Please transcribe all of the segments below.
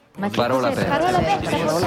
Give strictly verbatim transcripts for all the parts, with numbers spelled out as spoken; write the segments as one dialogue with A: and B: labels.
A: Ma
B: Parola aperta.
A: Parola aperta.
B: Parola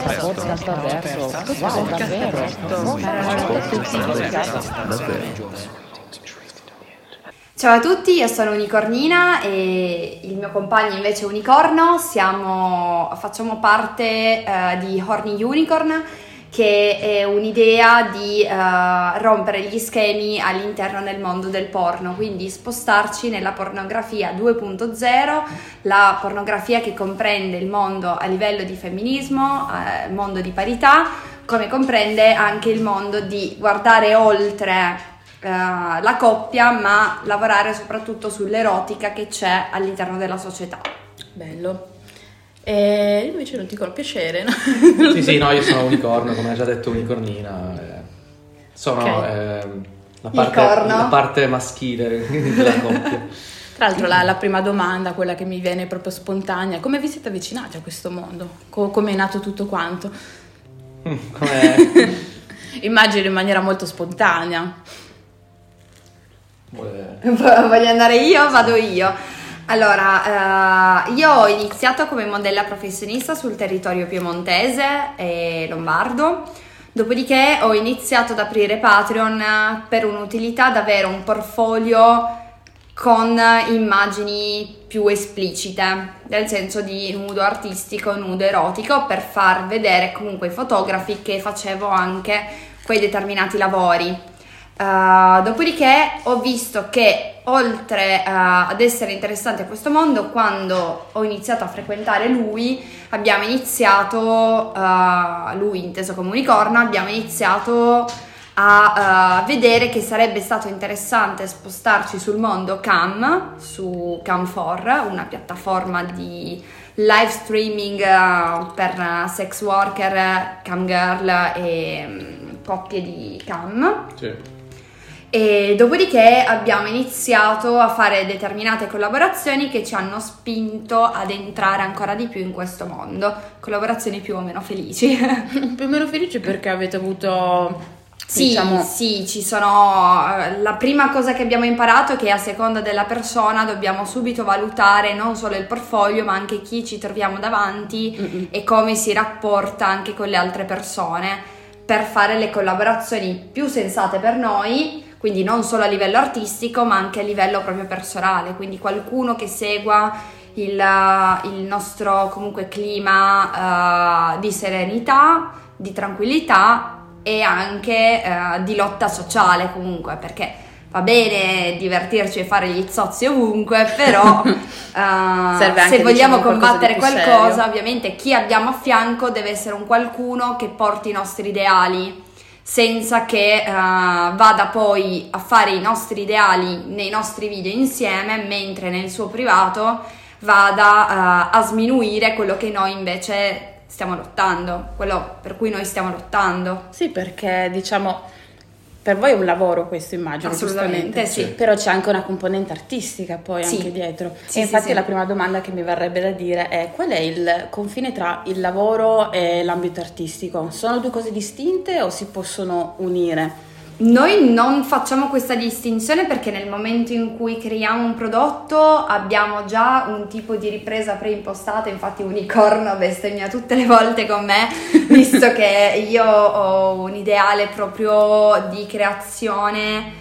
B: aperta.
C: Ciao a tutti, io sono Unicornina e il mio compagno invece è Unicorno. Siamo, facciamo parte eh, di Horny Unicorn, che è un'idea di uh, rompere gli schemi all'interno del mondo del porno, quindi spostarci nella pornografia due punto zero, la pornografia che comprende il mondo a livello di femminismo, eh, mondo di parità, come comprende anche il mondo di guardare oltre uh, la coppia, ma lavorare soprattutto sull'erotica che c'è all'interno della società.
D: Bello. E invece non ti con piacere, no?
E: Sì, sì, no, io sono Unicorno, come ha già detto Unicornina. Eh, sono
D: okay.
E: eh, la, parte, la parte maschile della coppia.
D: Tra l'altro la, la prima domanda, quella che mi viene proprio spontanea, come vi siete avvicinati a questo mondo? Co- come è nato tutto quanto?
E: Come...
D: Immagino in maniera molto spontanea.
C: Voglio andare io? Vado io. Allora, uh, io ho iniziato come modella professionista sul territorio piemontese e lombardo, dopodiché ho iniziato ad aprire Patreon per un'utilità, ad avere un portfolio con immagini più esplicite, nel senso di nudo artistico, nudo erotico, per far vedere comunque ai fotografi che facevo anche quei determinati lavori. Uh, dopodiché ho visto che oltre uh, ad essere interessante a questo mondo, quando ho iniziato a frequentare lui, abbiamo iniziato, uh, lui inteso come Unicorno, abbiamo iniziato a uh, vedere che sarebbe stato interessante spostarci sul mondo cam, su Cam four, una piattaforma di live streaming uh, per uh, sex worker, cam girl e um, coppie di cam.
E: Sì.
C: E dopodiché abbiamo iniziato a fare determinate collaborazioni che ci hanno spinto ad entrare ancora di più in questo mondo, collaborazioni più o meno felici.
D: Più o meno felici perché avete avuto...
C: Sì,
D: diciamo...
C: sì, ci sono... La prima cosa che abbiamo imparato è che a seconda della persona dobbiamo subito valutare non solo il portfolio ma anche chi ci troviamo davanti Mm-mm. e come si rapporta anche con le altre persone per fare le collaborazioni più sensate per noi. Quindi non solo a livello artistico ma anche a livello proprio personale, quindi qualcuno che segua il, il nostro comunque clima uh, di serenità, di tranquillità e anche uh, di lotta sociale comunque, perché va bene divertirci e fare gli zozzi ovunque, però uh,
D: anche,
C: se vogliamo
D: diciamo,
C: combattere
D: qualcosa,
C: qualcosa ovviamente chi abbiamo a fianco deve essere un qualcuno che porti i nostri ideali, senza che uh, vada poi a fare i nostri ideali nei nostri video insieme, mentre nel suo privato vada uh, a sminuire quello che noi invece stiamo lottando, quello per cui noi stiamo lottando.
D: Sì, perché diciamo per voi è un lavoro questo, immagino.
C: Assolutamente, sì.
D: Però c'è anche una componente artistica poi
C: sì.
D: anche dietro.
C: Sì,
D: e infatti
C: sì, sì.
D: La prima domanda che mi verrebbe da dire è: qual è il confine tra il lavoro e l'ambito artistico? Sono due cose distinte o si possono unire?
C: Noi non facciamo questa distinzione perché nel momento in cui creiamo un prodotto abbiamo già un tipo di ripresa preimpostata, infatti Unicorno bestemmia tutte le volte con me, visto che io ho un ideale proprio di creazione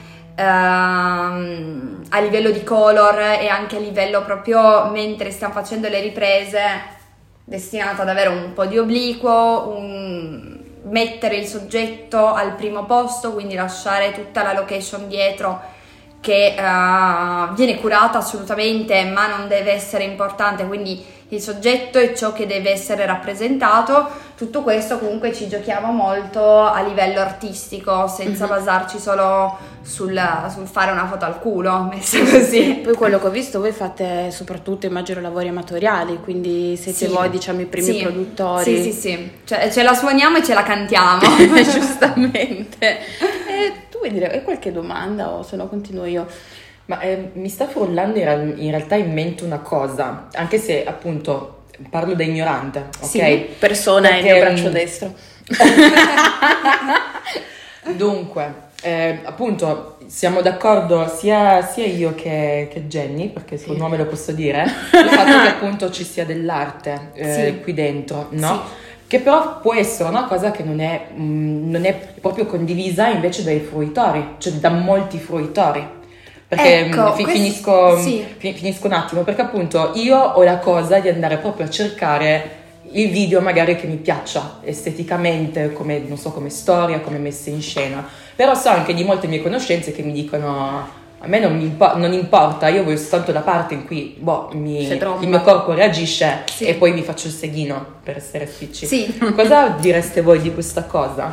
C: ehm, a livello di color e anche a livello proprio mentre stiamo facendo le riprese, destinato ad avere un po' di obliquo, un... mettere il soggetto al primo posto, quindi lasciare tutta la location dietro che uh, viene curata assolutamente ma non deve essere importante, quindi il soggetto è ciò che deve essere rappresentato. Tutto questo comunque ci giochiamo molto a livello artistico senza mm-hmm. basarci solo sul, sul fare una foto al culo, messa così.
D: Poi quello che ho visto, voi fate soprattutto immagino lavori amatoriali, quindi siete
C: sì.
D: voi diciamo i primi
C: sì.
D: produttori.
C: Sì, sì, sì, cioè, ce la suoniamo e ce la cantiamo.
D: Giustamente. E tu vuoi dire, hai qualche domanda o se no continuo io?
A: Ma eh, mi sta frullando in, in realtà in mente una cosa, anche se appunto parlo da ignorante, ok?
D: Sì, persona è il mio braccio destro.
A: Dunque, Eh, appunto, siamo d'accordo sia, sia io che, che Jenny, perché il suo
C: Sì.
A: nome lo posso dire, il fatto che appunto ci sia dell'arte eh,
C: Sì.
A: qui dentro, no?
C: Sì.
A: Che però può essere una cosa che non è, mh, non è proprio condivisa invece dai fruitori, cioè da molti fruitori. Perché
C: Ecco,
A: mh, fi-
C: quest-
A: finisco,
C: sì.
A: fi- finisco un attimo, perché appunto io ho la cosa di andare proprio a cercare il video magari che mi piaccia esteticamente, come, non so, come storia, come messa in scena. Però so anche di molte mie conoscenze che mi dicono a me non, mi impo- non importa, io voglio soltanto la parte in cui boh, mi-
D: C'è troppa.
A: il mio corpo reagisce
C: Sì.
A: e poi mi faccio il seghino per essere spicci.
C: Sì.
A: Cosa direste voi di questa cosa?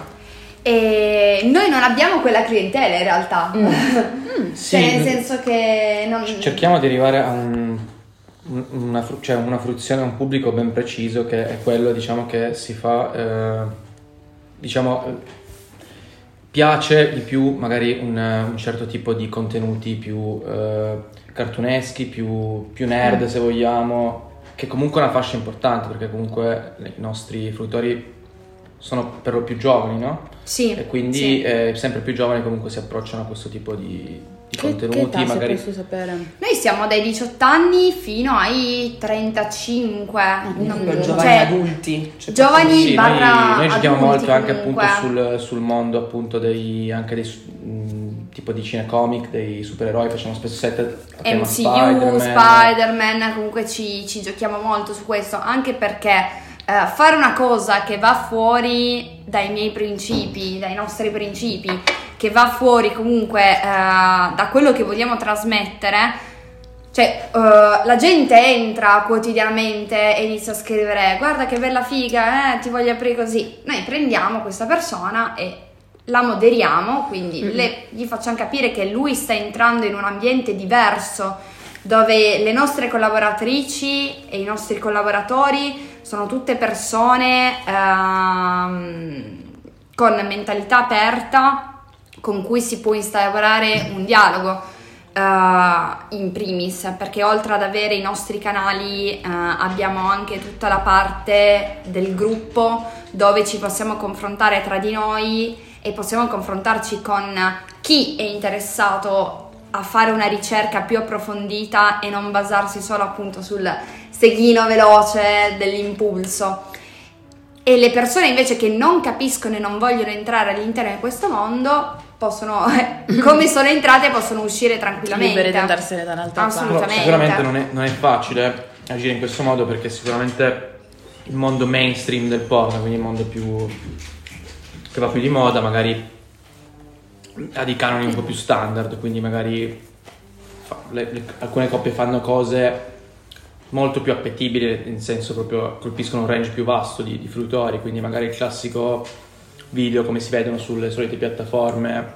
C: E noi non abbiamo quella clientela in realtà,
A: Mm.
E: Sì,
C: cioè nel senso che non...
E: cerchiamo di arrivare a un, un- una, fru- cioè una fruizione, a un pubblico ben preciso, che è quello, diciamo, che si fa, eh, diciamo, eh, piace di più magari un, un certo tipo di contenuti più eh, cartuneschi, più, più nerd se vogliamo, che comunque è una fascia importante, perché comunque i nostri fruitori sono per lo più giovani, no?
C: Sì,
E: E quindi
C: sì.
E: eh, sempre più giovani comunque si approcciano a questo tipo di, di
D: Che,
E: contenuti,
D: che età, se
E: magari
D: posso sapere?
C: Noi siamo dai diciotto anni fino ai trentacinque, non-
A: Proprio giovani
C: cioè,
A: adulti. Cioè,
C: giovani
E: sì,
C: barra
E: noi, noi giochiamo
C: adulti
E: molto anche appunto
C: comunque.
E: sul, sul mondo appunto dei anche dei su- mh, tipo di cinecomic, dei supereroi, facciamo spesso set a tema
C: M C U,
E: Spider-Man.
C: Spider-Man, comunque ci, ci giochiamo molto su questo, anche perché eh, fare una cosa che va fuori dai miei principi, dai nostri principi, che va fuori comunque eh, da quello che vogliamo trasmettere, cioè eh, la gente entra quotidianamente e inizia a scrivere guarda che bella figa, eh, ti voglio aprire così. Noi prendiamo questa persona e la moderiamo, quindi
A: Mm-hmm.
C: le- gli facciamo capire che lui sta entrando in un ambiente diverso, dove le nostre collaboratrici e i nostri collaboratori sono tutte persone ehm, con mentalità aperta, con cui si può instaurare un dialogo eh, in primis, perché oltre ad avere i nostri canali eh, abbiamo anche tutta la parte del gruppo dove ci possiamo confrontare tra di noi e possiamo confrontarci con chi è interessato a fare una ricerca più approfondita e non basarsi solo appunto sul seghino veloce dell'impulso. E le persone invece che non capiscono e non vogliono entrare all'interno di questo mondo possono, come sono entrate, possono uscire tranquillamente.
D: Libere di andarsene da un'altra parte.
E: Però
C: Assolutamente.
E: sicuramente non è, non è facile agire in questo modo, perché sicuramente il mondo mainstream del porno, quindi il mondo più che va più di moda, magari ha dei canoni un po' più standard, quindi magari fa- le- le- alcune coppie fanno cose molto più appetibili, nel senso proprio colpiscono un range più vasto di, di fruitori, quindi magari il classico video come si vedono sulle solite piattaforme.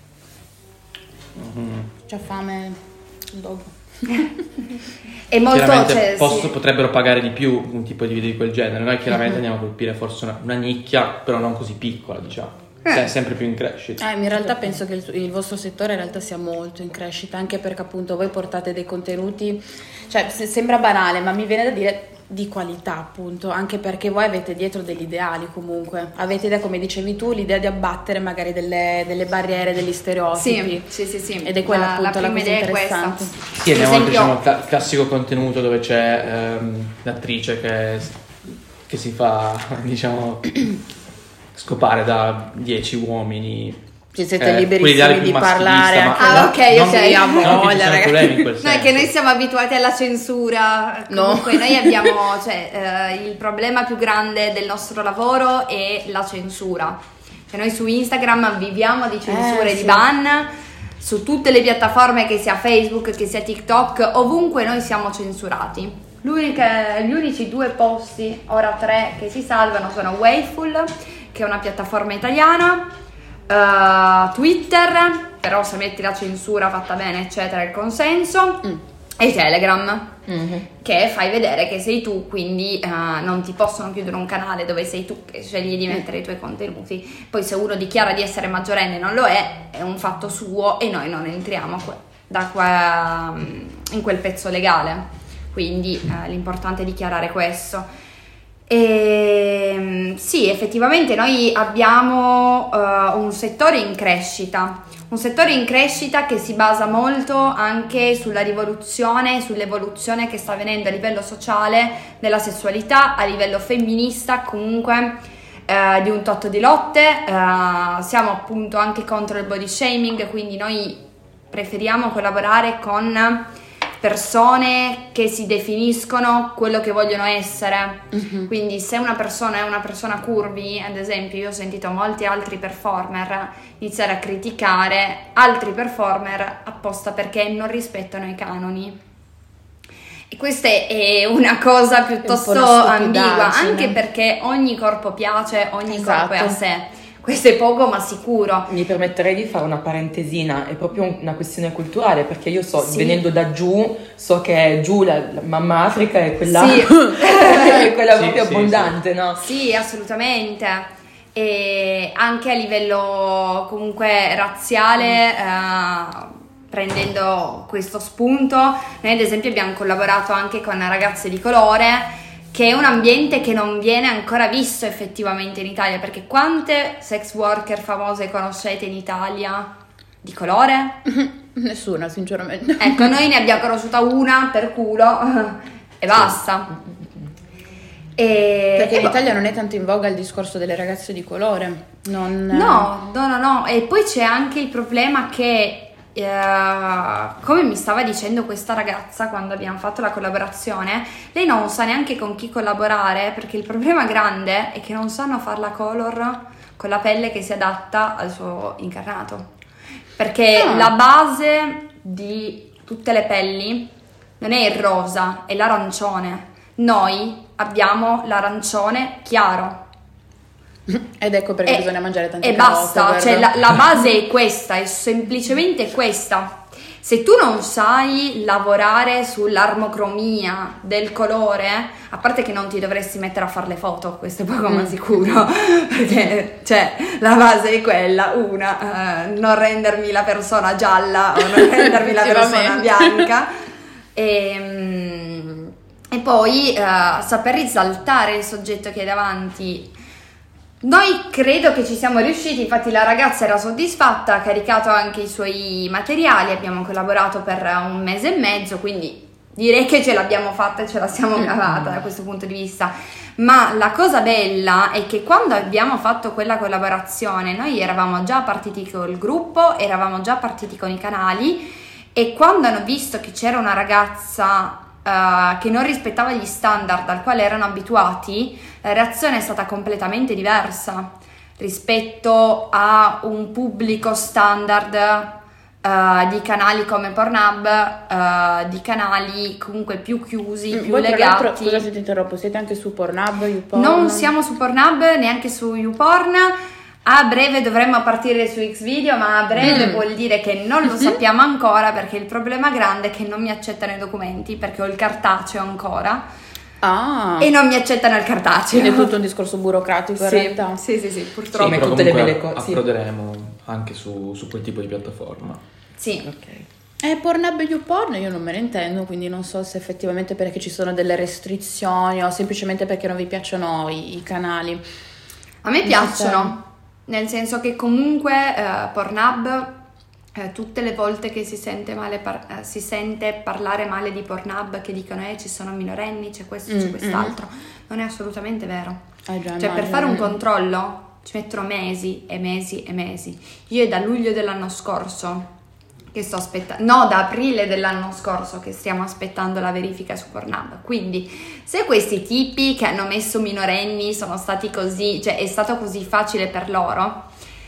E: Mhm.
D: C'ho fame dopo.
C: È molto,
E: Chiaramente
C: cioè,
E: posso-
C: sì.
E: potrebbero pagare di più un tipo di video di quel genere. Noi chiaramente andiamo a colpire forse una, una nicchia, però non così piccola, diciamo. Se- sempre più in crescita.
D: Eh, in realtà penso che il, il vostro settore in realtà sia molto in crescita, anche perché appunto voi portate dei contenuti, cioè se- sembra banale, ma mi viene da dire di qualità, appunto, anche perché voi avete dietro degli ideali comunque. Avete idea, come dicevi tu, l'idea di abbattere magari delle, delle barriere, degli stereotipi.
C: Sì, sì, sì, sì.
D: Ed è quella
C: La-
D: appunto la,
C: la prima
D: cosa
C: idea è
D: interessante.
C: questa.
E: Sì, andiamo
C: Ad
E: oltre,
C: esempio-
E: diciamo, il classico contenuto dove c'è ehm, l'attrice che, che si fa, diciamo, scopare da dieci uomini.
D: Ci siete
E: Eh,
D: liberissimi
E: quell'ideale più
D: di
E: maschilista,
D: parlare
E: ma-
D: anche-
C: Ah,
E: no,
C: ok,
E: non-
C: ok.
E: non che ci
D: Voglia,
E: siano
D: ragazzi.
E: problemi in quel
C: No, è
E: senso.
C: che noi siamo abituati alla censura,
D: No.
C: comunque noi abbiamo, cioè, eh, il problema più grande del nostro lavoro è la censura. Cioè noi su Instagram viviamo di censure,
D: Eh,
C: di
D: sì.
C: ban, su tutte le piattaforme, che sia Facebook, che sia TikTok, ovunque noi siamo censurati. L'unica- gli unici due posti, ora tre, che si salvano sono Wayful, che è una piattaforma italiana, Uh, Twitter, però se metti la censura fatta bene eccetera, il consenso,
D: Mm.
C: e Telegram,
A: Mhm.
C: che fai vedere che sei tu, quindi uh, non ti possono chiudere un canale dove sei tu che scegli di mettere i tuoi contenuti. Poi se uno dichiara di essere maggiorenne e non lo è, è un fatto suo e noi non entriamo que- da qua, um, in quel pezzo legale, quindi uh, l'importante è dichiarare questo. E sì, effettivamente noi abbiamo uh, un settore in crescita, un settore in crescita che si basa molto anche sulla rivoluzione, sull'evoluzione che sta avvenendo a livello sociale della sessualità, a livello femminista, comunque uh, di un tot di lotte. Uh, siamo appunto anche contro il body shaming, quindi noi preferiamo collaborare con persone che si definiscono quello che vogliono essere. Mm-hmm. Quindi se una persona è una persona curvy, ad esempio, io ho sentito molti altri performer iniziare a criticare altri performer apposta perché non rispettano i canoni, e questa è una cosa piuttosto
D: un una
C: ambigua, anche perché ogni corpo piace, ogni
D: esatto.
C: corpo è a sé. Questo è poco ma sicuro.
A: Mi permetterei di fare una parentesina, è proprio una questione culturale, perché io so,
C: sì.
A: venendo da giù, so che giù la, la mamma Africa è quella,
C: sì.
A: è quella
E: sì,
A: proprio
E: sì,
A: abbondante,
E: sì.
A: no?
C: Sì, assolutamente. E anche a livello comunque razziale, eh, prendendo questo spunto, noi ad esempio abbiamo collaborato anche con ragazze di colore, che è un ambiente che non viene ancora visto effettivamente in Italia, perché quante sex worker famose conoscete in Italia di colore?
D: Nessuna, sinceramente.
C: Ecco, noi ne abbiamo conosciuta una per culo e basta. E,
D: Perché
C: e
D: in
C: boh.
D: Italia non è tanto in voga il discorso delle ragazze di colore. Non...
C: No, no, no, no. E poi c'è anche il problema che Uh, come mi stava dicendo questa ragazza quando abbiamo fatto la collaborazione, lei non sa neanche con chi collaborare, perché il problema grande è che non sanno far la color con la pelle che si adatta al suo incarnato, perché
D: ah.
C: la base di tutte le pelli non è il rosa, è l'arancione. Noi abbiamo l'arancione chiaro.
D: Ed ecco perché
C: e,
D: bisogna mangiare tante
C: e
D: carote,
C: basta,
D: per...
C: cioè la, la base è questa, è semplicemente questa. Se tu non sai lavorare sull'armocromia del colore, a parte che non ti dovresti mettere a fare le foto, questo è poco ma
D: mm.
C: sicuro, perché cioè la base è quella, una, uh, non rendermi la persona gialla o non rendermi la persona bianca, e, e poi uh, saper risaltare il soggetto che hai davanti. Noi credo che ci siamo riusciti, infatti la ragazza era soddisfatta, ha caricato anche i suoi materiali, abbiamo collaborato per un mese e mezzo, quindi direi che ce l'abbiamo fatta e ce la siamo cavata da questo punto di vista. Ma la cosa bella è che quando abbiamo fatto quella collaborazione noi eravamo già partiti col gruppo, eravamo già partiti con i canali, e quando hanno visto che c'era una ragazza Uh, che non rispettava gli standard al quale erano abituati, la reazione è stata completamente diversa rispetto a un pubblico standard uh, di canali come Pornhub, uh, di canali comunque più chiusi,
D: mm,
C: più
D: voi
C: legati.
D: Tra scusa se ti interrompo, siete anche su Pornhub, YouPorn?
C: Non siamo su Pornhub, neanche su YouPorn. A breve dovremmo partire su Xvideo, ma a breve mm. vuol dire che non lo sappiamo ancora, perché il problema grande è che non mi accettano i documenti, perché ho il cartaceo ancora
D: ah.
C: e non mi accettano il cartaceo.
D: Quindi è tutto un discorso burocratico in
C: sì,
D: realtà.
C: Sì, sì, sì, purtroppo.
A: Come
E: Però
A: tutte le
E: comunque
A: belle cose.
E: approderemo anche su, su quel tipo di piattaforma.
C: Sì.
A: Ok.
D: Eh, Pornhub e YouPorn io non me ne intendo, quindi non so se effettivamente perché ci sono delle restrizioni o semplicemente perché non vi piacciono i, i canali.
C: A me
D: Non
C: piacciono. Nel senso che comunque eh, Pornhub, eh, tutte le volte che si sente male par- eh, si sente parlare male di Pornhub, che dicono eh ci sono minorenni, c'è questo, c'è
D: Mm,
C: quest'altro, non è assolutamente vero.
D: Eh già,
C: Cioè per
D: immagino.
C: fare un controllo ci mettono mesi e mesi e mesi. Io è da luglio dell'anno scorso che sto aspettando, no, da aprile dell'anno scorso che stiamo aspettando la verifica su Pornhub. Quindi se questi tipi che hanno messo minorenni sono stati così, cioè è stato così facile per loro,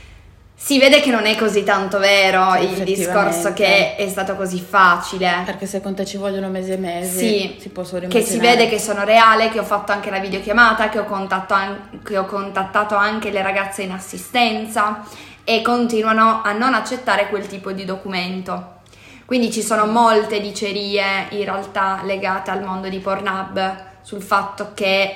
C: si vede che non è così tanto vero
D: Sì,
C: il discorso che è stato così facile.
D: Perché se con te ci vogliono mesi e mesi,
C: Sì,
D: si può solo
C: che si
D: immaginare.
C: vede che sono reale, che ho fatto anche la videochiamata, che ho, contatto an- che ho contattato anche le ragazze in assistenza, e continuano a non accettare quel tipo di documento. Quindi ci sono molte dicerie in realtà legate al mondo di Pornhub sul fatto che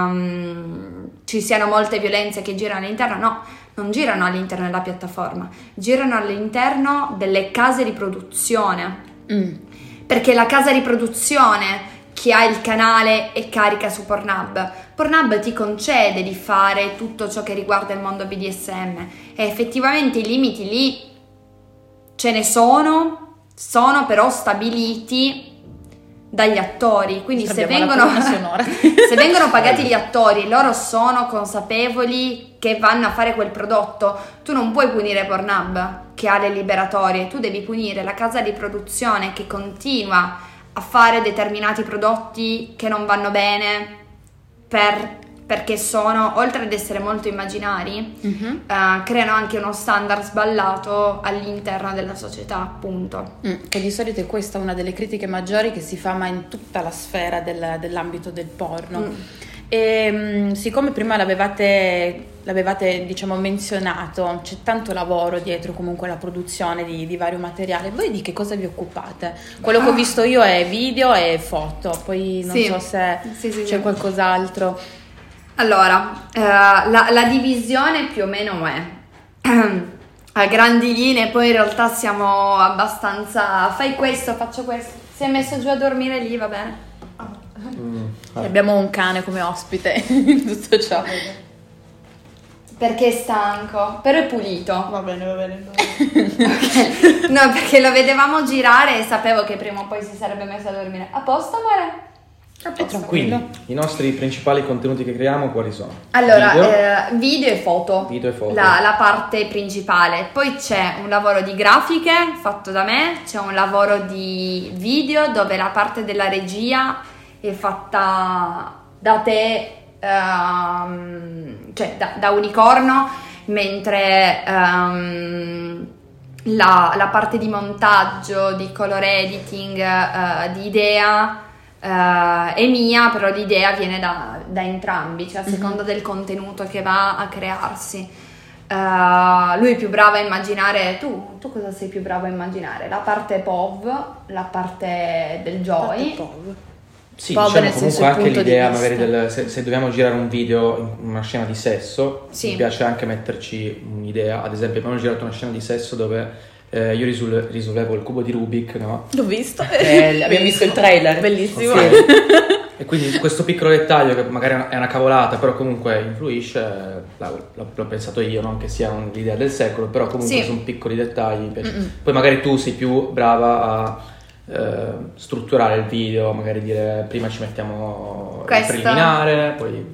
C: um, ci siano molte violenze che girano all'interno. No, non girano all'interno della piattaforma, girano all'interno delle case di produzione.
D: Mm.
C: Perché la casa di produzione che ha il canale e carica su Pornhub. Pornhub ti concede di fare tutto ciò che riguarda il mondo B D S M e effettivamente i limiti lì ce ne sono, sono però stabiliti dagli attori, quindi se vengono, se vengono pagati gli attori, loro sono consapevoli che vanno a fare quel prodotto, tu non puoi punire Pornhub che ha le liberatorie, tu devi punire la casa di produzione che continua a fare determinati prodotti che non vanno bene per, perché sono, oltre ad essere molto immaginari, uh-huh. uh, creano anche uno standard sballato all'interno della società, appunto.
D: Mm, che di solito è questa una delle critiche maggiori che si fa ma in tutta la sfera del, dell'ambito del porno. Mm. E um, siccome prima l'avevate, l'avevate diciamo menzionato, c'è tanto lavoro dietro comunque la produzione di, di vario materiale, voi di che cosa vi occupate? Quello che ho visto io è video e foto, poi non
C: sì.
D: so se
C: sì, sì,
D: c'è
C: sì.
D: qualcos'altro.
C: Allora, eh, la, la divisione più o meno è a grandi linee, poi in realtà siamo abbastanza fai questo, faccio questo, si è messo giù a dormire lì, va bene.
D: Mm. Abbiamo un cane come ospite in tutto ciò.
C: Perché è stanco, però è pulito.
D: Va bene, va bene.
C: Okay. No, perché lo vedevamo girare e sapevo che prima o poi si sarebbe messo a dormire. A posto, amore? A posto.
E: Quindi, i nostri principali contenuti che creiamo quali sono?
C: Allora,
E: video,
C: eh, video e foto.
E: Video e foto.
C: La, la parte principale. Poi c'è un lavoro di grafiche fatto da me, c'è un lavoro di video dove la parte della regia è fatta da te, um, cioè da, da unicorno, mentre um, la, la parte di montaggio, di color editing, uh, di idea uh, è mia, però l'idea viene da, da entrambi, cioè a seconda mm-hmm. del contenuto che va a crearsi. Uh, lui è più bravo a immaginare, tu, tu cosa sei più bravo a immaginare? La parte P O V, la parte del Joy.
E: Sì,
C: Povero
E: diciamo comunque anche l'idea magari del, se, se dobbiamo girare un video in una scena di sesso, sì. mi piace anche metterci un'idea, ad esempio abbiamo girato una scena di sesso dove eh, io risol- risolvevo il cubo di Rubik, no?
D: L'ho visto,
A: eh, abbiamo visto il trailer,
D: bellissimo.
E: Sì. E quindi questo piccolo dettaglio che magari è una, è una cavolata, però comunque influisce, l'ho, l'ho pensato io, non che sia l'idea del secolo, però comunque sì. sono piccoli dettagli. Poi magari tu sei più brava a Uh, strutturare il video, magari dire prima ci mettiamo
C: Questo.
E: il preliminare, poi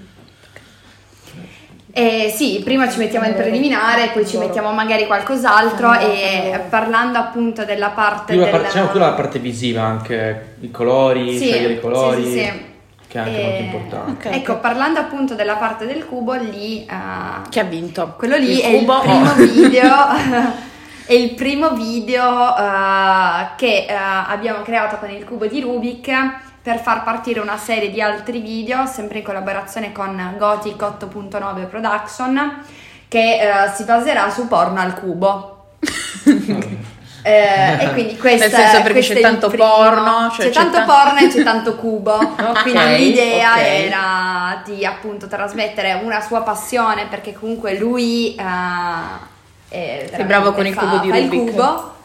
C: eh, sì, prima ci mettiamo il preliminare, poi ci mettiamo magari qualcos'altro e parlando appunto della parte
E: più
C: della...
E: parte, diciamo più la parte visiva, anche i colori,
C: sì,
E: scegliere i colori,
C: sì, sì, sì.
E: che è anche
C: e...
E: molto importante.
C: Okay, ecco, okay. Parlando appunto della parte del cubo, lì uh,
D: chi ha vinto?
C: Quello lì
D: il
C: è
D: cubo?
C: il primo oh. video è il primo video uh, che uh, abbiamo creato con il cubo di Rubik per far partire una serie di altri video, sempre in collaborazione con Gothic otto punto nove Production, che uh, si baserà su porno al cubo. Eh, e quindi questa,
D: nel senso perché c'è tanto
C: primo,
D: porno, cioè
C: c'è,
D: c'è
C: tanto
D: t-
C: porno e c'è tanto cubo.
A: Okay,
C: quindi l'idea
A: okay.
C: era di appunto trasmettere una sua passione, perché comunque lui uh, è
D: sei bravo con il
C: fa,
D: cubo di
C: fa
D: Rubik,
C: il cubo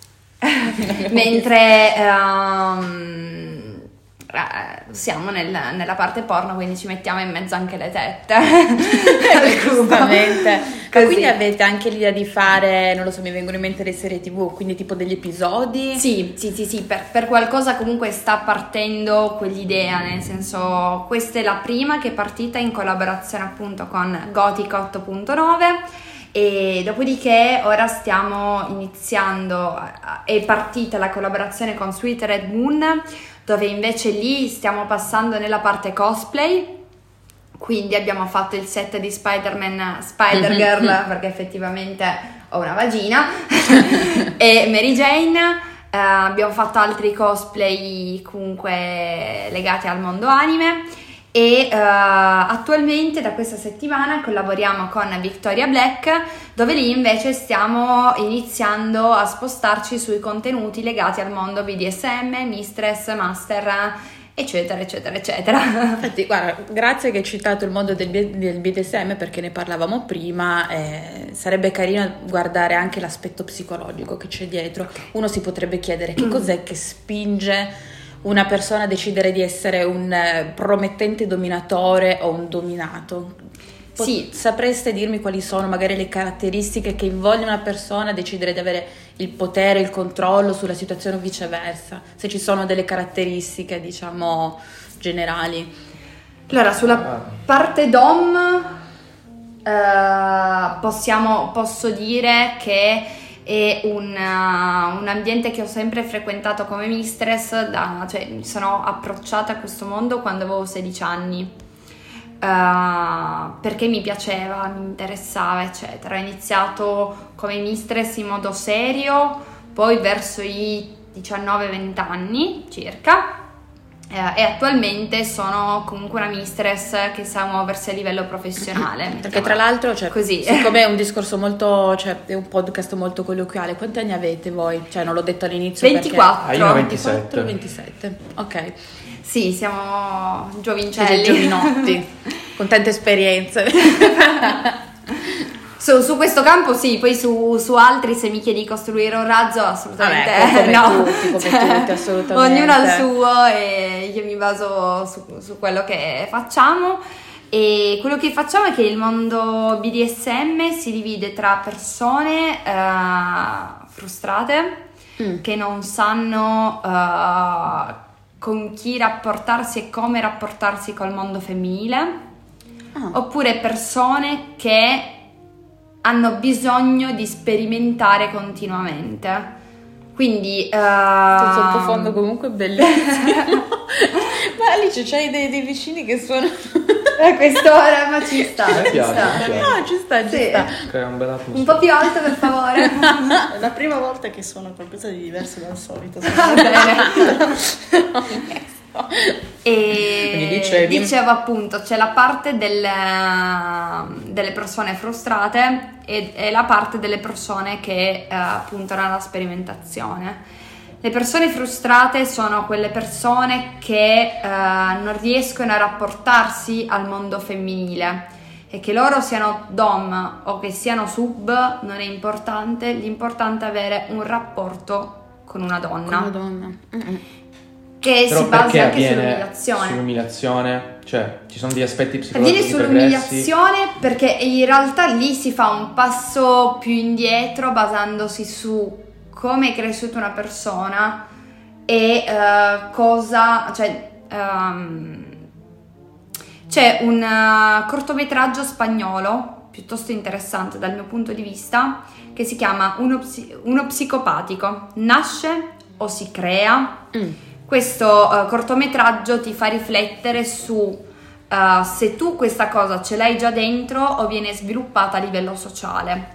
C: mentre um, siamo nel, nella parte porno, quindi ci mettiamo in mezzo anche le tette al cubo.
D: Ma quindi avete anche l'idea di fare, non lo so, mi vengono in mente le serie tv, quindi tipo degli episodi?
C: Sì, sì, sì, sì, per, per qualcosa comunque sta partendo quell'idea, nel senso questa è la prima che è partita in collaborazione appunto con Gothic otto punto nove e dopodiché ora stiamo iniziando, è partita la collaborazione con Sweet Red Moon, dove invece lì stiamo passando nella parte cosplay. Quindi abbiamo fatto il set di Spider-Man Spider-Girl perché effettivamente ho una vagina e Mary Jane, uh, abbiamo fatto altri cosplay comunque legati al mondo anime e uh, attualmente da questa settimana collaboriamo con Victoria Black, dove lì invece stiamo iniziando a spostarci sui contenuti legati al mondo B D S M, Mistress, Master, eccetera eccetera eccetera.
D: Infatti guarda, grazie che hai citato il mondo del, del B D S M perché ne parlavamo prima, eh, sarebbe carino guardare anche l'aspetto psicologico che c'è dietro. Uno si potrebbe chiedere che cos'è che spinge una persona decidere di essere un eh, promettente dominatore o un dominato? Po-
C: Sì.
D: Sapreste dirmi quali sono magari le caratteristiche che invogliano una persona a decidere di avere il potere, il controllo sulla situazione o viceversa? Se ci sono delle caratteristiche, diciamo, generali.
C: Allora, sulla parte dom eh, possiamo, posso dire che è un, uh, un ambiente che ho sempre frequentato come mistress, da, cioè mi sono approcciata a questo mondo quando avevo sedici anni, uh, perché mi piaceva, mi interessava, eccetera. Ho iniziato come mistress in modo serio, poi verso i diciannove venti anni circa, uh, e attualmente sono comunque una mistress che sa muoversi a livello professionale.
D: Perché tra l'altro, cioè,
C: così.
D: siccome è un discorso molto, cioè è un podcast molto colloquiale, quanti anni avete voi? Cioè non l'ho detto all'inizio
C: ventiquattro.
D: perché...
E: Ah, io ho
D: ventiquattro,
E: ventisette.
D: ventisette, ok.
C: Sì, siamo
D: Siete
C: giovincelli.
D: giovinotti, con tante esperienze.
C: Su, su questo campo sì, poi su, su altri se mi chiedi di costruire un razzo assolutamente
D: Vabbè, come
C: no.
D: tutti, come tutti, assolutamente.
C: Ognuno ha il suo e io mi baso su, su quello che facciamo, e quello che facciamo è che il mondo B D S M si divide tra persone eh, frustrate
D: Mm.
C: che non sanno eh, con chi rapportarsi e come rapportarsi col mondo femminile,
D: Ah.
C: oppure persone che hanno bisogno di sperimentare continuamente. Quindi
D: Il
C: uh,
D: sottofondo comunque bellissimo. Ma Alice, c'hai dei, dei vicini che suonano...
C: a quest'ora, ma ci sta,
E: Mi
C: ci
E: piace,
C: sta.
E: mi piace.
D: No, ci sta, ci
C: Sì.
D: sta.
E: Crea un bel
C: Un
E: atmosfera.
C: po' più alto per favore.
B: È la prima volta che suona qualcosa di diverso dal solito.
C: Va bene. E
A: Quindi dicevi?
C: dicevo appunto, c'è la parte del, delle persone frustrate e, e la parte delle persone che eh, puntano alla sperimentazione. Le persone frustrate sono quelle persone che eh, non riescono a rapportarsi al mondo femminile, e che loro siano dom o che siano sub non è importante, l'importante è avere un rapporto con una donna,
D: Una donna. Mm-mm.
C: che
E: Però
C: si basa
E: perché
C: anche
E: avviene
C: sull'umiliazione.
E: sull'umiliazione? Cioè, ci sono degli aspetti
C: Avviene
E: psicologici pregressi?
C: sull'umiliazione perché in realtà lì si fa un passo più indietro basandosi su come è cresciuta una persona e eh, cosa, cioè ehm, c'è un uh, cortometraggio spagnolo piuttosto interessante dal mio punto di vista che si chiama Uno, psi- uno psicopatico, nasce o si crea.
D: Mm.
C: Questo uh, cortometraggio ti fa riflettere su uh, se tu questa cosa ce l'hai già dentro o viene sviluppata a livello sociale.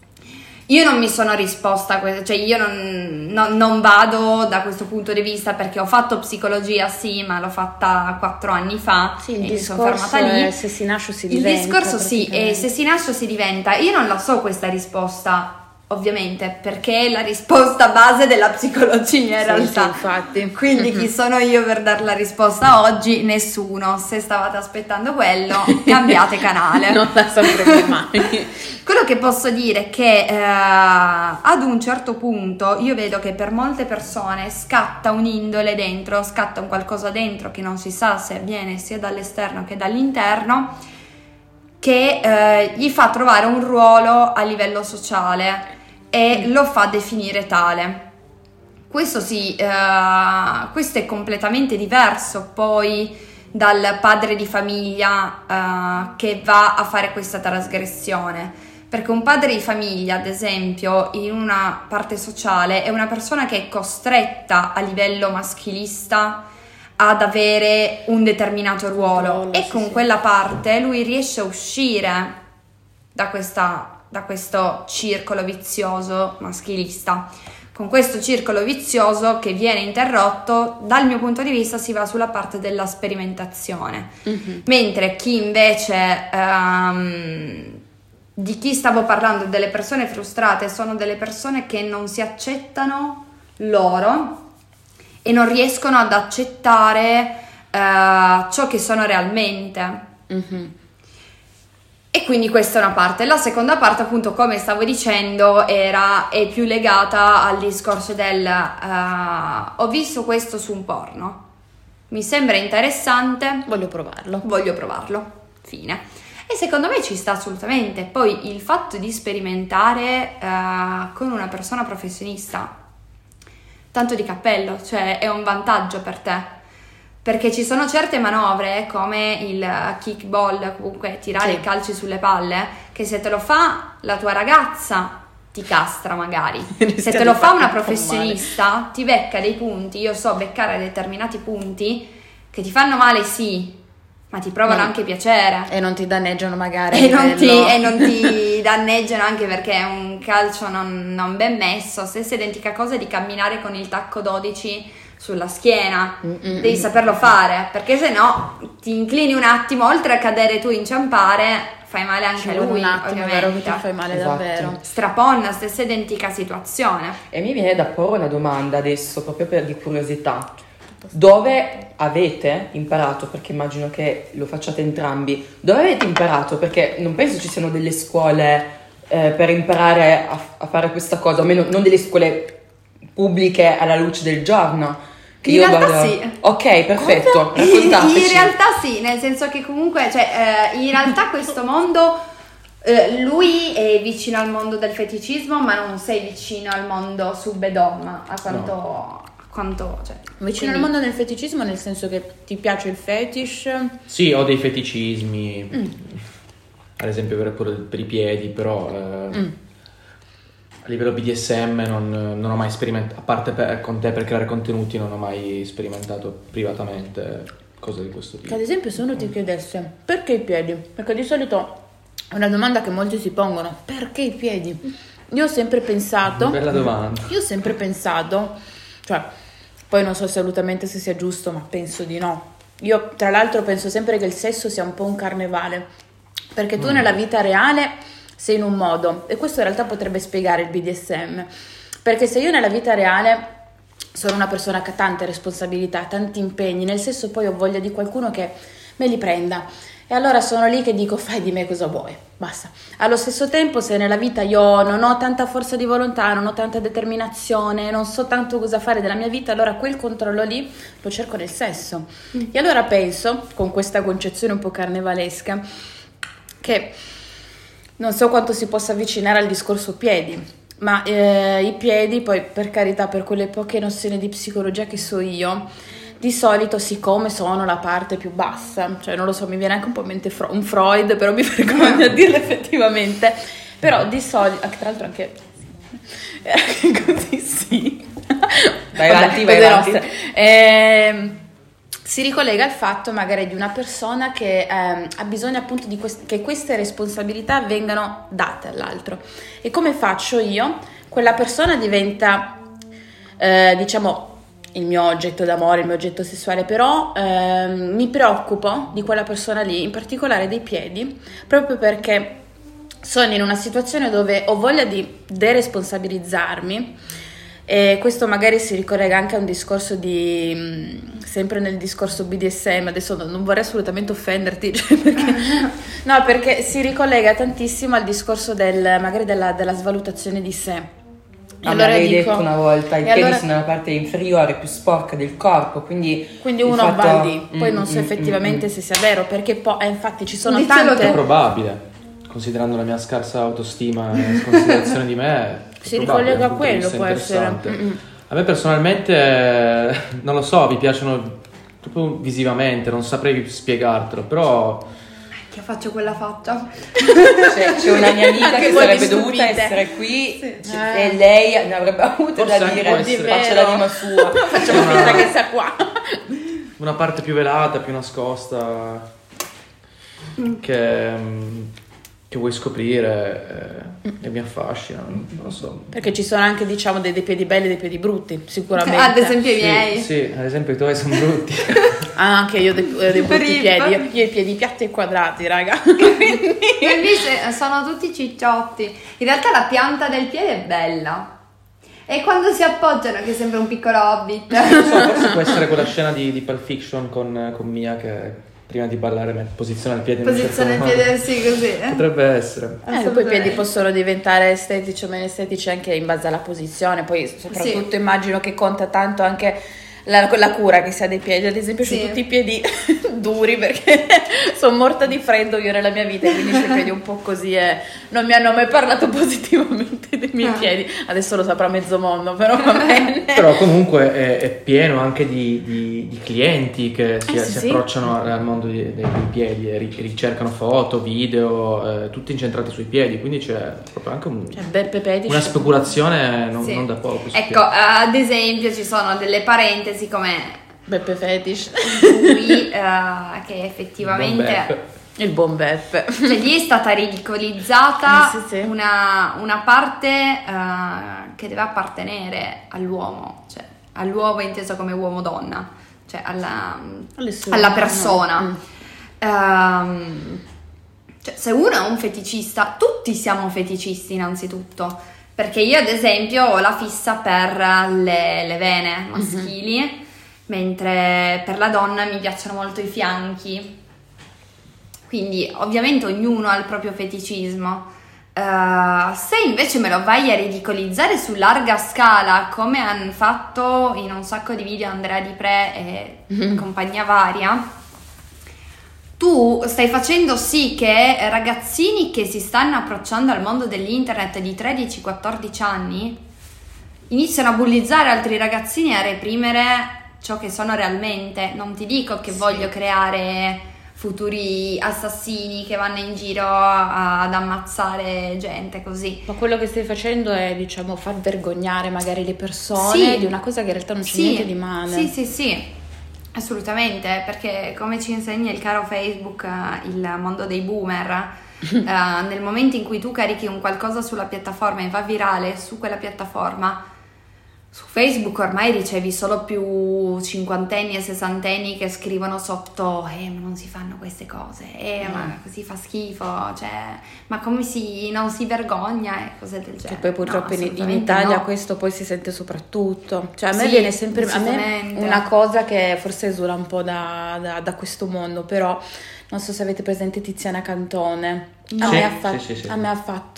C: Io non mi sono risposta a questo, cioè io non, non, non vado da questo punto di vista perché ho fatto psicologia, sì, ma l'ho fatta quattro anni fa
D: Sì, il
C: e mi sono
D: discorso
C: fermata lì.
D: è se si nasce o si
C: Il
D: diventa.
C: discorso sì, e
D: praticamente.
C: se si nasce o si diventa. Io non la so questa risposta, ovviamente, perché è la risposta base della psicologia in
D: Sì,
C: realtà.
D: sì, infatti.
C: Quindi chi sono io per dare la risposta oggi? Nessuno. Se stavate aspettando quello, cambiate canale.
D: Non la sapremo mai.
C: Quello che posso dire è che eh, ad un certo punto io vedo che per molte persone scatta un'indole dentro, scatta un qualcosa dentro che non si sa se avviene sia dall'esterno che dall'interno, che eh, gli fa trovare un ruolo a livello sociale e lo fa definire tale. Questo sì, eh, questo è completamente diverso poi dal padre di famiglia eh, che va a fare questa trasgressione, perché un padre di famiglia, ad esempio, in una parte sociale è una persona che è costretta a livello maschilista ad avere un determinato ruolo,
B: Ruolo,
C: e
B: sì,
C: con
B: sì.
C: quella parte lui riesce a uscire da questa da questo circolo vizioso maschilista. Con questo circolo vizioso che viene interrotto, dal mio punto di vista si va sulla parte della sperimentazione.
D: Mm-hmm.
C: Mentre chi invece ehm, di chi stavo parlando, delle persone frustrate, sono delle persone che non si accettano loro e non riescono ad accettare eh, ciò che sono realmente.
D: Mm-hmm.
C: E E quindi questa è una parte. La seconda parte, appunto, come stavo dicendo, era è più legata al discorso del uh, ho visto questo su un porno, mi sembra interessante,
D: Voglio provarlo.
C: voglio provarlo, fine. E secondo me ci sta assolutamente. Poi il fatto di sperimentare uh, con una persona professionista, tanto di cappello, cioè è un vantaggio per te. Perché ci sono certe manovre come il kickball, comunque tirare
D: Sì.
C: i calci sulle palle, che se te lo fa la tua ragazza ti castra magari. Se
D: Rischia
C: te
D: di
C: lo fa
D: farti
C: una
D: un po'
C: professionista ti becca dei punti, io so beccare determinati punti che ti fanno male sì, ma ti provano
D: Mm.
C: anche piacere.
D: E non ti danneggiano magari.
C: E
D: a
C: non, ti,
D: livello-
C: e non ti danneggiano anche perché è un calcio non, non ben messo. Stessa identica cosa di camminare con il tacco dodici sulla schiena,
D: Mm-mm.
C: devi saperlo fare, perché se no ti inclini un attimo, oltre a cadere tu, inciampare, fai male anche
D: Ci
C: a
D: vuole
C: lui,
D: un attimo, è vero che
C: ovviamente.
D: ti fai male
A: Esatto.
D: davvero.
C: Straponna, stessa identica situazione.
A: E mi viene da porre una domanda adesso, proprio per di curiosità. Dove avete imparato, perché immagino che lo facciate entrambi, dove avete imparato? Perché non penso ci siano delle scuole eh, per imparare a, a fare questa cosa, o almeno non delle scuole pubbliche alla luce del giorno. Che
C: In
A: io
C: realtà
A: guardo-
C: sì.
A: Ok, perfetto,
C: In,
A: raccontateci.
C: in realtà sì, nel senso che comunque, cioè, eh, in realtà questo mondo, eh, lui è vicino al mondo del feticismo, ma non sei vicino al mondo sub-dom, a quanto... a quanto cioè,
D: Vicino
C: quindi-
D: al mondo del feticismo, nel senso che ti piace il fetish.
E: Sì, ho dei feticismi, ad esempio per, pure per i piedi, però eh,
D: Mm.
E: a livello B D S M non, non ho mai sperimentato, a parte per- con te per creare contenuti, non ho mai sperimentato privatamente cose di questo
D: Che
E: tipo.
D: ad esempio se uno ti chiedesse perché i piedi? Perché di solito è una domanda che molti si pongono, perché i piedi? Io ho sempre pensato,
E: Bella domanda.
D: io ho sempre pensato, cioè poi non so assolutamente se sia giusto, ma penso di no. Io tra l'altro penso sempre che il sesso sia un po' un carnevale, perché tu nella vita reale sei in un modo, e questo in realtà potrebbe spiegare il B D S M, perché se io nella vita reale sono una persona che ha tante responsabilità, tanti impegni, nel senso poi ho voglia di qualcuno che me li prenda, e allora sono lì che dico fai di me cosa vuoi, basta. Allo stesso tempo se nella vita io non ho tanta forza di volontà, non ho tanta determinazione, non so tanto cosa fare della mia vita, allora quel controllo lì lo cerco nel sesso. E allora penso, con questa concezione un po' carnevalesca, che non so quanto si possa avvicinare al discorso piedi, ma eh, i piedi poi, per carità, per quelle poche nozioni di psicologia che so io, di solito siccome sono la parte più bassa, cioè non lo so, mi viene anche un po' in mente Fro- un Freud, però mi vergogno a dirlo effettivamente, però di solito, tra l'altro anche così sì.
A: Vai
D: Vabbè,
A: avanti, vai
D: cose
A: avanti.
D: nostre. Ehm, si ricollega al fatto magari di una persona che ehm, ha bisogno appunto di quest- che queste responsabilità vengano date all'altro. E come faccio io? Quella persona diventa, eh, diciamo, il mio oggetto d'amore, il mio oggetto sessuale, però ehm, mi preoccupo di quella persona lì, in particolare dei piedi, proprio perché sono in una situazione dove ho voglia di deresponsabilizzarmi. E questo magari si ricollega anche a un discorso di mh, sempre nel discorso B D S M, adesso non, non vorrei assolutamente offenderti, cioè perché, no, perché si ricollega tantissimo al discorso del magari della, della svalutazione di sé. E
A: Ah, me l'avevi detto una volta, i
D: e
A: piedi
D: allora-
A: sono la parte inferiore, più sporca del corpo, quindi...
D: quindi
A: il
D: uno
A: fatto-
D: va lì, poi
A: Mm,
D: non so
A: mm,
D: effettivamente
A: mm,
D: se sia vero, perché poi eh, infatti ci sono
C: Diccelo
D: tante...
E: È probabile, considerando la mia scarsa autostima e considerazione di me. è
D: Si
E: probabile,
D: ricollega a
E: un punto di
D: quello,
E: vista
D: può essere.
E: interessante.
D: Mm-mm.
E: A me personalmente, eh, non lo so, mi piacciono proprio visivamente, non saprei spiegartelo, però
C: Che faccio quella faccia?
A: C'è, c'è una mia amica
D: Anche
A: che
D: voi
A: sarebbe
D: vi
A: dovuta
D: stupite.
A: essere qui
C: Sì.
A: c-
D: Eh.
A: e lei ne avrebbe avuto
E: Forse
A: da
E: anche
A: dire,
E: può
D: essere.
A: faccia l'anima sua.
D: Facciamo
E: Una-
D: finta che sia qua.
E: una parte più velata, più nascosta che, mm, che vuoi scoprire eh, e mi affascina, non lo so.
D: Perché ci sono anche, diciamo, dei, dei piedi belli e dei piedi brutti, sicuramente.
C: Ad esempio i
E: Sì,
C: miei.
E: sì, ad esempio i tuoi sono brutti.
D: Ah, anche io ho dei, ho dei brutti
C: Rip.
D: piedi. Io, io ho i piedi piatti e quadrati, raga.
C: Invece sono tutti cicciotti. In realtà la pianta del piede è bella. E quando si appoggiano che sembra un piccolo hobbit.
E: Non so, forse può essere quella scena di, di Pulp Fiction con, con Mia che prima di ballare me- posiziona il piede in un
C: Posizione il
E: certo
C: piede,
E: modo.
C: sì, così. eh.
E: Potrebbe essere.
D: Eh, poi i piedi possono diventare estetici o meno estetici anche in base alla posizione, poi soprattutto
C: Sì.
D: immagino che conta tanto anche la, la cura che si ha dei piedi. Ad esempio,
C: Sì.
D: ho tutti i piedi duri perché sono morta di freddo io nella mia vita, quindi ho i piedi un po' così e non mi hanno mai parlato positivamente dei miei
C: Ah.
D: piedi. Adesso lo saprà mezzo mondo, però va bene.
E: Però comunque è, è pieno anche di, di- di clienti che si,
D: Eh, sì,
E: si
D: sì.
E: approcciano al mondo di- dei, dei piedi e ri- ricercano foto, video, eh, tutti incentrati sui piedi, quindi c'è proprio anche un-
D: Cioè, Beppe Pedic.
E: una speculazione non,
C: Sì.
E: non da poco. su
C: Ecco, ad esempio ci sono delle parentesi come
D: Beppe Fetish.
C: lui eh, che
E: piedi.
C: effettivamente...
E: Beppe.
D: Il buon Beppe.
C: Cioè, lì è stata ridicolizzata
D: Eh, sì, sì.
C: Una, una parte eh, che deve appartenere all'uomo, cioè all'uomo inteso come uomo-donna, cioè alla,
D: All'essere
C: alla
D: umano.
C: persona.
D: Mm.
C: Ehm, cioè, se uno è un feticista, tutti siamo feticisti innanzitutto, perché io ad esempio ho la fissa per le, le vene maschili, mentre per la donna mi piacciono molto i fianchi. Quindi ovviamente ognuno ha il proprio feticismo. Uh, se invece me lo vai a ridicolizzare su larga scala, come hanno fatto in un sacco di video Andrea Di Pre e compagnia varia, tu stai facendo sì che ragazzini che si stanno approcciando al mondo dell'internet di tredici quattordici anni iniziano a bullizzare altri ragazzini e a reprimere ciò che sono realmente. Non ti dico che voglio creare futuri assassini che vanno in giro a- ad ammazzare gente così.
D: Ma quello che stai facendo è, diciamo, far vergognare magari le persone
C: Sì.
D: di una cosa che in realtà non c'è
C: Sì,
D: niente di male.
C: Sì, sì, sì, assolutamente, perché come ci insegna il caro Facebook, eh, il mondo dei boomer, eh, nel momento in cui tu carichi un qualcosa sulla piattaforma e va virale su quella piattaforma, su Facebook ormai ricevi solo più cinquantenni e sessantenni che scrivono sotto eh ma non si fanno queste cose, eh ma così fa schifo, cioè ma come si non si vergogna e cose del genere.
D: Che poi purtroppo
C: No,
D: in, in
C: assolutamente
D: Italia
C: no.
D: questo poi si sente soprattutto. Cioè a me
C: Sì,
D: viene sempre a me
C: decisamente.
D: una cosa che forse esula un po' da, da- da questo mondo, però non so se avete presente Tiziana Cantone. A,
E: Sì,
D: me ha fa-
E: sì, sì, sì.
D: a me ha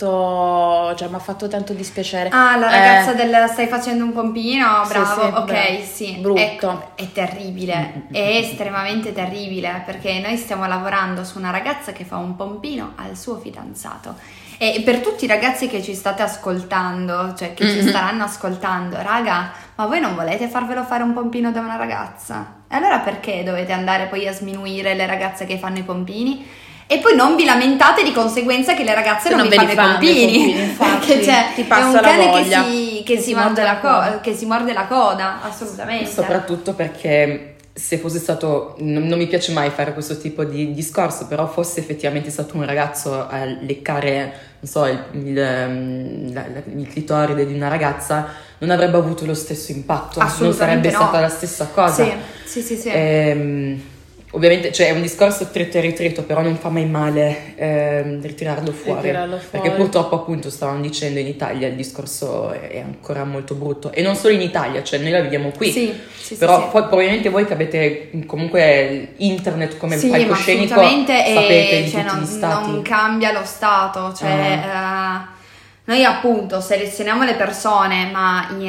D: fatto, cioè mi ha fatto tanto dispiacere.
C: Ah, la ragazza
D: Eh,
C: del stai facendo un pompino,
D: Sì,
C: bravo,
D: sì,
C: ok,
D: bravo.
C: sì.
D: Brutto.
C: È, è terribile, è estremamente terribile, perché noi stiamo lavorando su una ragazza che fa un pompino al suo fidanzato. E per tutti i ragazzi che ci state ascoltando, cioè che ci staranno ascoltando, raga, ma voi non volete farvelo fare un pompino da una ragazza? E allora perché dovete andare poi a sminuire le ragazze che fanno i pompini? E poi non vi lamentate di conseguenza che le ragazze
D: Se
C: non,
D: non
C: vi
D: ve li
C: fanno i
D: fanno i
C: pompini,
D: pompini, infatti,
C: perché cioè,
D: ti
C: è
D: passa
C: un
D: la
C: cane che
D: voglia.
C: si, che si morde la coda, che si morde la coda, assolutamente.
A: Soprattutto perché se fosse stato, non, non mi piace mai fare questo tipo di discorso, però fosse effettivamente stato un ragazzo a leccare, non so, il, il, ehm, la- la- il clitoride di una ragazza, non avrebbe avuto lo stesso impatto, non
C: Assolutamente
A: sarebbe
C: no.
A: stata la stessa cosa.
C: Sì, sì, sì, sì.
A: Ehm, ovviamente, cioè, è un discorso trito e ritrito, però non fa mai male ehm, ritirarlo fuori.
D: Ritirarlo
A: Perché
D: fuori.
A: purtroppo, appunto, stavano dicendo in Italia il discorso è è ancora molto brutto. E non solo in Italia, cioè noi la viviamo qui.
C: Sì, sì, sì,
A: Però
C: sì.
A: poi probabilmente voi che avete comunque internet come
C: Sì,
A: palcoscenico
C: ma assolutamente,
A: sapete
C: e,
A: di
C: cioè,
A: tutti
C: non,
A: gli stati.
C: non cambia lo stato, cioè eh, noi appunto selezioniamo le persone, ma in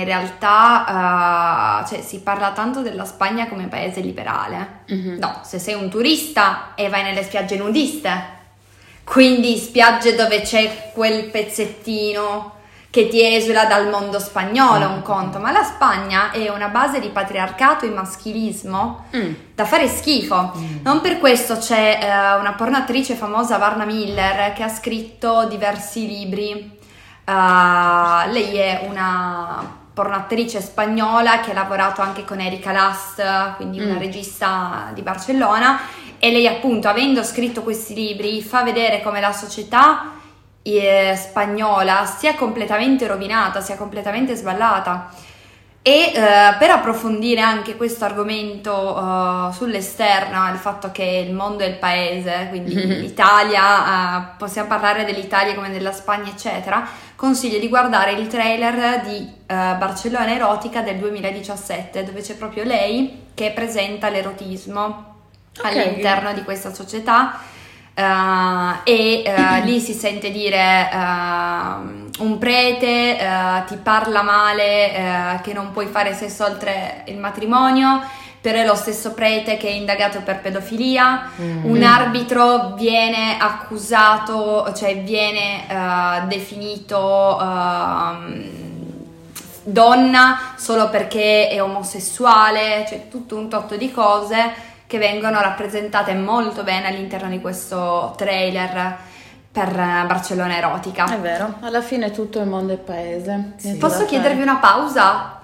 C: realtà eh, cioè, si parla tanto della Spagna come paese liberale.
D: Mhm.
C: No, se sei un turista e vai nelle spiagge nudiste, quindi spiagge dove c'è quel pezzettino che ti esula dal mondo spagnolo, è un conto, ma la Spagna è una base di patriarcato e maschilismo
D: Mm.
C: da fare schifo. Non per questo c'è eh, una pornoattrice famosa, Varna Miller, che ha scritto diversi libri. Uh, lei è una pornoattrice spagnola che ha lavorato anche con Erika Last, quindi una
D: Mm.
C: regista di Barcellona, e lei appunto, avendo scritto questi libri, fa vedere come la società eh, spagnola sia completamente rovinata, sia completamente sballata. E eh, per approfondire anche questo argomento eh, sull'esterno, il fatto che il mondo è il paese, quindi l'Italia, eh, possiamo parlare dell'Italia come della Spagna, eccetera, consiglio di guardare il trailer di eh, Barcellona Erotica del duemiladiciassette, dove c'è proprio lei che presenta l'erotismo.
D: Ok.
C: all'interno di questa società. Uh, e uh, lì si sente dire uh, un prete uh, ti parla male, uh, che non puoi fare sesso oltre il matrimonio, però è lo stesso prete che è indagato per pedofilia.
A: Mm.
C: Un arbitro viene accusato, cioè viene uh, definito uh, donna solo perché è omosessuale, cioè tutto un tot di cose che vengono rappresentate molto bene all'interno di questo trailer per Barcellona Erotica.
D: È vero, alla fine tutto il mondo è paese.
A: Sì.
D: Niente
C: Posso
D: da
C: chiedervi
D: fare.
C: una pausa?